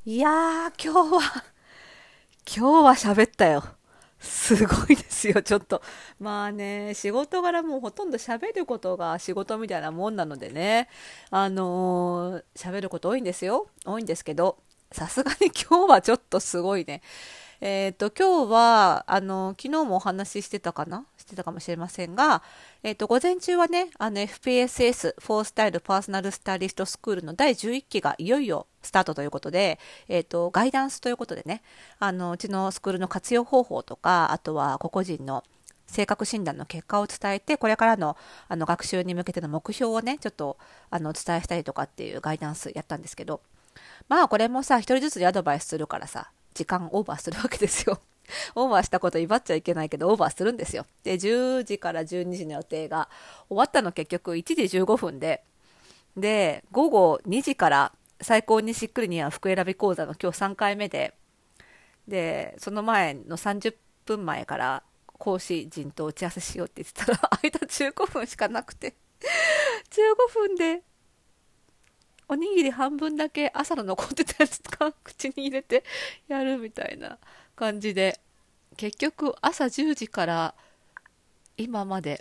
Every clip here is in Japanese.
いやー、今日は喋ったよ。すごいですよ、ちょっと。まあね、仕事柄もうほとんど喋ることが仕事みたいなもんなのでね、喋ること多いんですよ。多いんですけど、さすがに今日はちょっとすごいね。今日は、昨日もお話ししてたかもしれませんが、午前中はね、FPSS、フォースタイルパーソナルスタイリストスクールの第11期がいよいよスタートということで、ガイダンスということでね、うちのスクールの活用方法とか、あとは個々人の性格診断の結果を伝えて、これからの、学習に向けての目標をね、ちょっと、お伝えしたりとかっていうガイダンスやったんですけど、まあこれもさ、一人ずつでアドバイスするからさ、時間オーバーするわけですよ。オーバーしたこと威張っちゃいけないけど、オーバーするんですよ。で、10時から12時の予定が終わったの結局1時15分で、午後2時から最高にしっくりには服選び講座の今日3回目で、その前の30分前から講師陣と打ち合わせしようって言ってたら、間15分しかなくて、15分でおにぎり半分だけ朝の残ってたやつか口に入れてやるみたいな感じで、結局朝10時から今まで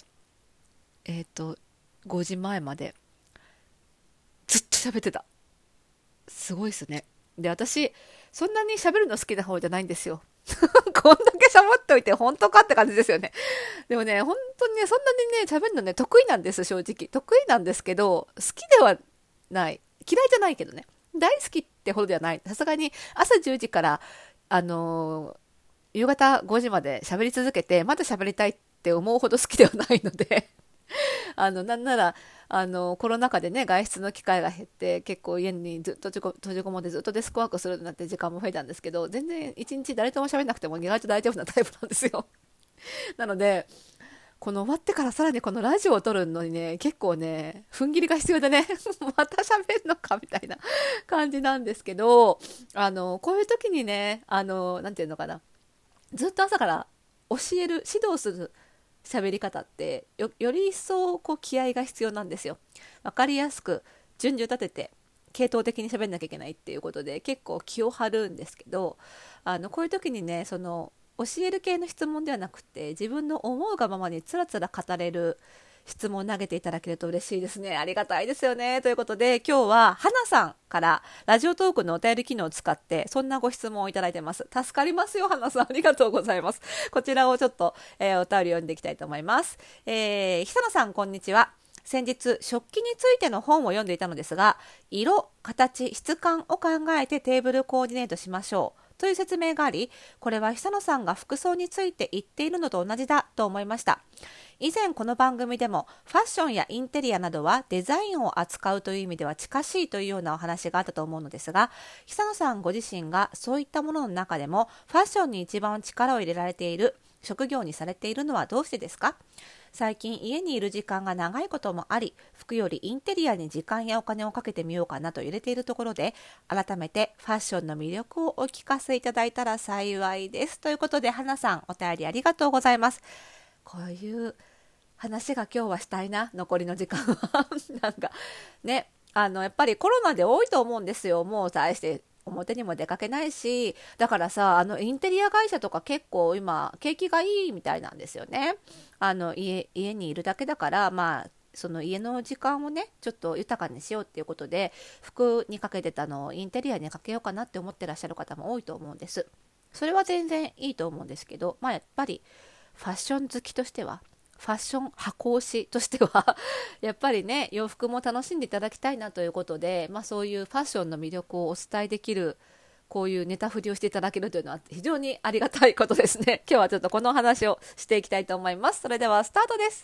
5時前までずっと喋ってた。すごいですね。で、私そんなに喋るの好きな方じゃないんですよ。こんだけ喋っといて本当かって感じですよね。でもね、本当にね、そんなにね、喋るのね、得意なんです。正直得意なんですけど、好きではない。嫌いじゃないけどね、大好きってほどではない。さすがに朝10時からあのー夕方5時まで喋り続けてまだ喋りたいって思うほど好きではないので、なんならコロナ禍でね、外出の機会が減って結構家にずっと閉じこもってずっとデスクワークするようになって時間も増えたんですけど、全然一日誰とも喋んなくても意外と大丈夫なタイプなんですよ。なので、この終わってからさらにこのラジオを撮るのにね、結構ね、踏ん切りが必要でね、また喋るのかみたいな感じなんですけど、こういう時にね、なんていうのかな、ずっと朝から指導する喋り方ってより一層こう気合が必要なんですよ。わかりやすく順序立てて系統的に喋んなきゃいけないっていうことで結構気を張るんですけど、こういう時にね、その教える系の質問ではなくて自分の思うがままにつらつら語れる質問を投げていただけると嬉しいですね。ありがたいですよね。ということで今日は花さんからラジオトークのお便り機能を使ってそんなご質問をいただいてます。助かりますよ、花さん。ありがとうございます。こちらをちょっと、お便り読んでいきたいと思います。久野さん、こんにちは。先日食器についての本を読んでいたのですが、色、形、質感を考えてテーブルコーディネートしましょうという説明があり、これは久野さんが服装について言っているのと同じだと思いました。以前この番組でもファッションやインテリアなどはデザインを扱うという意味では近しいというようなお話があったと思うのですが、久野さんご自身がそういったものの中でもファッションに一番力を入れられている職業にされているのはどうしてですか？最近家にいる時間が長いこともあり、服よりインテリアに時間やお金をかけてみようかなと入れているところで、改めてファッションの魅力をお聞かせいただいたら幸いです。ということで、花さんお便りありがとうございます。こういう話が今日はしたいな、残りの時間は。なんかね、やっぱりコロナで多いと思うんですよ。もう大して表にも出かけないし、だからさ、インテリア会社とか結構今景気がいいみたいなんですよね。家にいるだけだから、まあその家の時間をね、ちょっと豊かにしようっていうことで服にかけてたのをインテリアにかけようかなって思ってらっしゃる方も多いと思うんです。それは全然いいと思うんですけど、まあやっぱりファッション好きとしては、ファッション箱推しとしてはやっぱりね、洋服も楽しんでいただきたいなということで、まあ、そういうファッションの魅力をお伝えできるこういうネタ振りをしていただけるというのは非常にありがたいことですね。今日はちょっとこの話をしていきたいと思います。それではスタートです。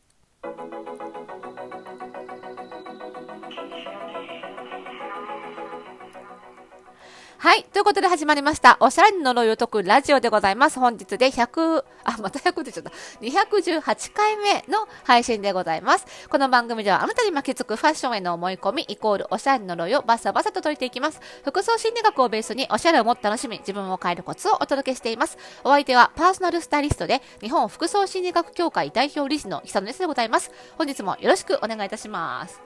はい。ということで始まりました。おしゃれに呪いを解くラジオでございます。本日でまた100出ちゃった。218回目の配信でございます。この番組ではあなたに巻きつくファッションへの思い込みイコールおしゃれの呪いをバサバサと解いていきます。服装心理学をベースにおしゃれをもっと楽しみ、自分を変えるコツをお届けしています。お相手はパーソナルスタイリストで日本服装心理学協会代表理事の久野ですでございます。本日もよろしくお願いいたします。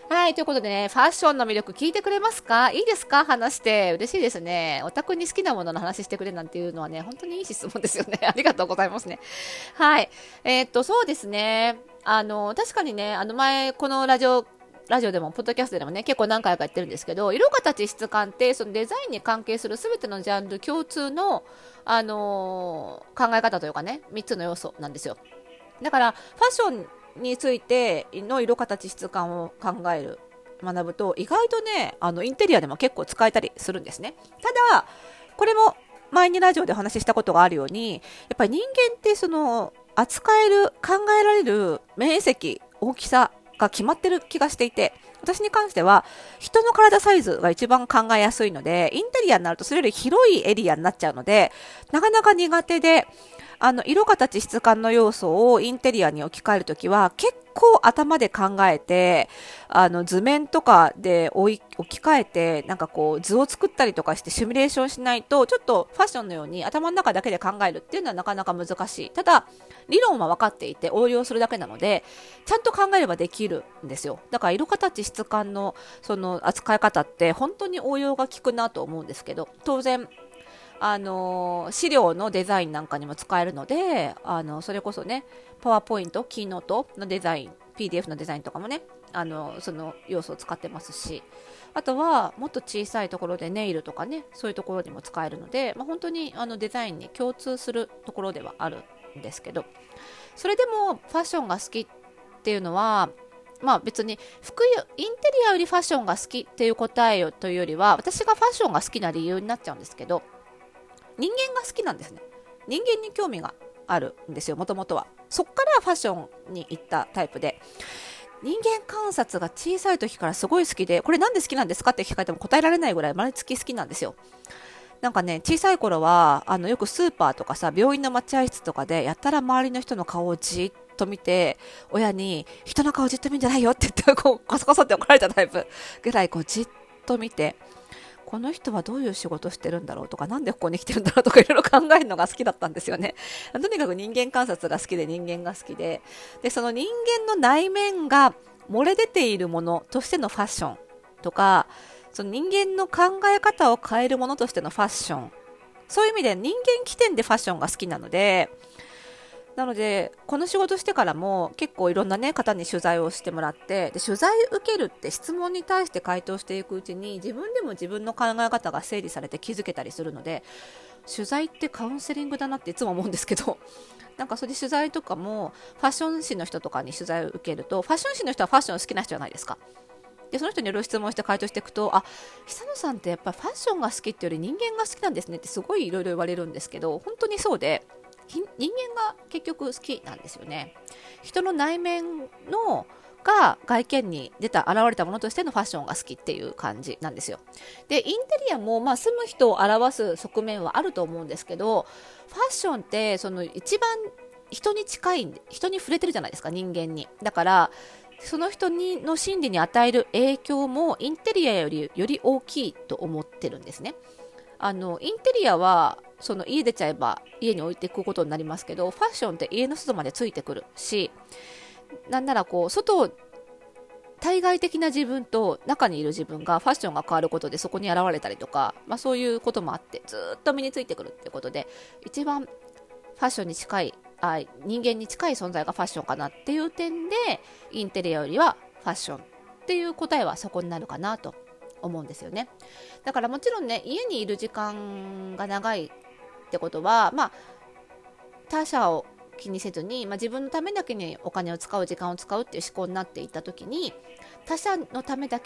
はい、ということでね、ファッションの魅力聞いてくれますか？いいですか？話して嬉しいですね。オタクに好きなものの話してくれなんていうのはね、本当にいい質問ですよね。ありがとうございますね。はい。そうですね。確かにね、前、このラジオでも、ポッドキャストでもね、結構何回か言ってるんですけど、色形質感って、そのデザインに関係する全てのジャンル共通の、考え方というかね、3つの要素なんですよ。だから、ファッションについての色形質感を考える、学ぶと、意外とね、インテリアでも結構使えたりするんですね。ただ、これも前にラジオでお話ししたことがあるように、やっぱり人間ってその、扱える、考えられる面積、大きさが決まってる気がしていて、私に関しては、人の体サイズが一番考えやすいので、インテリアになるとそれより広いエリアになっちゃうので、なかなか苦手で、色形質感の要素をインテリアに置き換えるときは結構頭で考えて、図面とかで置き換えて、なんかこう図を作ったりとかしてシミュレーションしないと、ちょっとファッションのように頭の中だけで考えるっていうのはなかなか難しい。ただ、理論は分かっていて応用するだけなので、ちゃんと考えればできるんですよ。だから色形質感のその扱い方って本当に応用が効くなと思うんですけど、当然資料のデザインなんかにも使えるので、それこそね、パワーポイント、キーノートのデザイン、PDF のデザインとかもね、その要素を使ってますし、あとはもっと小さいところでネイルとかね、そういうところにも使えるので、本当にデザインに共通するところではあるんですけど、それでもファッションが好きっていうのは、別にインテリアよりファッションが好きっていう答えというよりは、私がファッションが好きな理由になっちゃうんですけど、人間が好きなんですね。人間に興味があるんですよ、もともとは。そっからファッションに行ったタイプで、人間観察が小さい時からすごい好きで、これなんで好きなんですかって聞かれても答えられないぐらい毎月好きなんですよ。なんかね、小さい頃はよくスーパーとかさ、病院の待合室とかでやったら周りの人の顔をじっと見て、親に人の顔じっと見んじゃないよって言ってこうコソコソって怒られたタイプぐらい、こうじっと見て、この人はどういう仕事してるんだろうとか、なんでここに来てるんだろうとか、いろいろ考えるのが好きだったんですよね。とにかく人間観察が好きで、人間が好きで、その人間の内面が漏れ出ているものとしてのファッションとか、その人間の考え方を変えるものとしてのファッション、そういう意味で人間起点でファッションが好きなので、この仕事してからも結構いろんな、ね、方に取材をしてもらって、で取材受けるって質問に対して回答していくうちに、自分でも自分の考え方が整理されて気づけたりするので、取材ってカウンセリングだなっていつも思うんですけど、なんかそれで取材とかもファッション誌の人とかに取材を受けると、ファッション誌の人はファッション好きな人じゃないですか。でその人にいろいろ質問して回答していくと、久野さんってやっぱりファッションが好きっていうより人間が好きなんですねってすごいいろいろ言われるんですけど、本当にそうで、人間が結局好きなんですよね。人の内面のが外見に現れたものとしてのファッションが好きっていう感じなんですよ。でインテリアも住む人を表す側面はあると思うんですけど、ファッションってその一番人に近い、人に触れてるじゃないですか、人間に。だからその人の心理に与える影響もインテリアより大きいと思ってるんですね。インテリアはその家出ちゃえば家に置いていくことになりますけど、ファッションって家の外までついてくるし、なんならこう対外的な自分と中にいる自分がファッションが変わることでそこに現れたりとか、そういうこともあってずっと身についてくるってことで、一番ファッションに近い人間に近い存在がファッションかなっていう点で、インテリアよりはファッションっていう答えはそこになるかなと思うんですよね。だからもちろんね、家にいる時間が長いってことは、他者を気にせずに、自分のためだけにお金を使う、時間を使うっていう思考になっていった時に、他者のため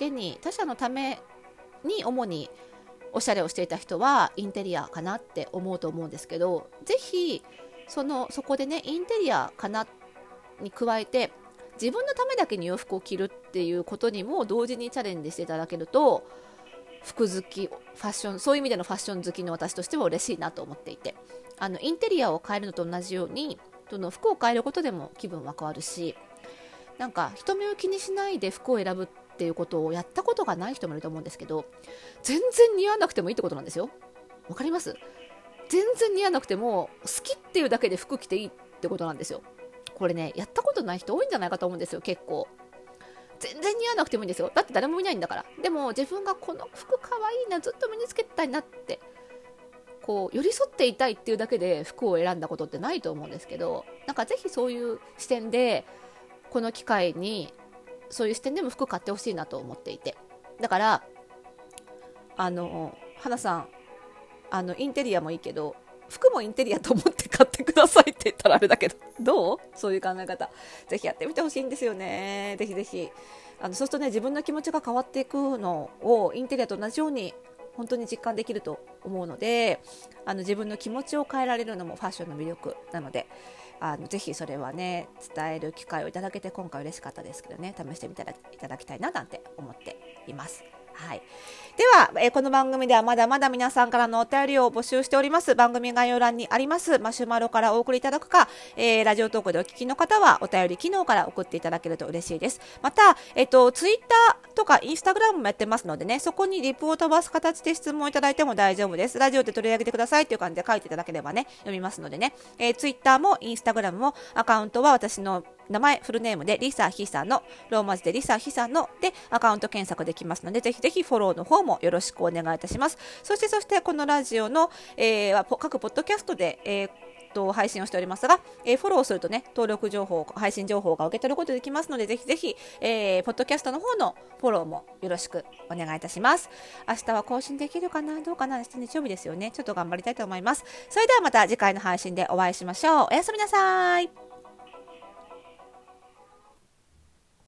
に主におしゃれをしていた人はインテリアかなって思うと思うんですけど、ぜひそこでね、インテリアかなに加えて自分のためだけに洋服を着るっていうことにも同時にチャレンジしていただけると、服好き、ファッション、そういう意味でのファッション好きの私としては嬉しいなと思っていて、インテリアを変えるのと同じように、服を変えることでも気分は変わるし、なんか人目を気にしないで服を選ぶっていうことをやったことがない人もいると思うんですけど、全然似合わなくてもいいってことなんですよ。わかります？全然似合わなくても好きっていうだけで服着ていいってことなんですよ。これね、やったことない人多いんじゃないかと思うんですよ、結構。 全然似合わなくてもいいんですよ。だって誰も見ないんだから。でも自分がこの服かわいいな、ずっと身につけたいなって、こう寄り添っていたいっていうだけで服を選んだことってないと思うんですけど、なんかぜひそういう視点で、この機会にそういう視点でも服買ってほしいなと思っていて、だから花さん、インテリアもいいけど服もインテリアと思って買ってくださいって言ったらあれだけど、どう？そういう考え方ぜひやってみてほしいんですよね。ぜひぜひそうするとね、自分の気持ちが変わっていくのをインテリアと同じように本当に実感できると思うので、自分の気持ちを変えられるのもファッションの魅力なので、ぜひそれはね伝える機会をいただけて今回嬉しかったですけどね、試してみていただきたいななんて思っています。はい、では、この番組ではまだまだ皆さんからのお便りを募集しております。番組概要欄にありますマシュマロからお送りいただくか、ラジオトークでお聞きの方はお便り機能から送っていただけると嬉しいです。また、ツイッターとかインスタグラムもやってますのでね、そこにリプを飛ばす形で質問いただいても大丈夫です。ラジオで取り上げてくださいという感じで書いていただければね読みますのでね、ツイッターもインスタグラムもアカウントは私の名前フルネームでリサヒサのローマ字でリサヒサのでアカウント検索できますので、ぜひぜひフォローの方もよろしくお願いいたします。そしてこのラジオの、各ポッドキャストで、配信をしておりますが、フォローするとね登録情報配信情報が受け取ることができますので、ぜひぜひ、ポッドキャストの方のフォローもよろしくお願いいたします。明日は更新できるかなどうかな、明日日曜日ですよね。ちょっと頑張りたいと思います。それではまた次回の配信でお会いしましょう。おやすみなさい。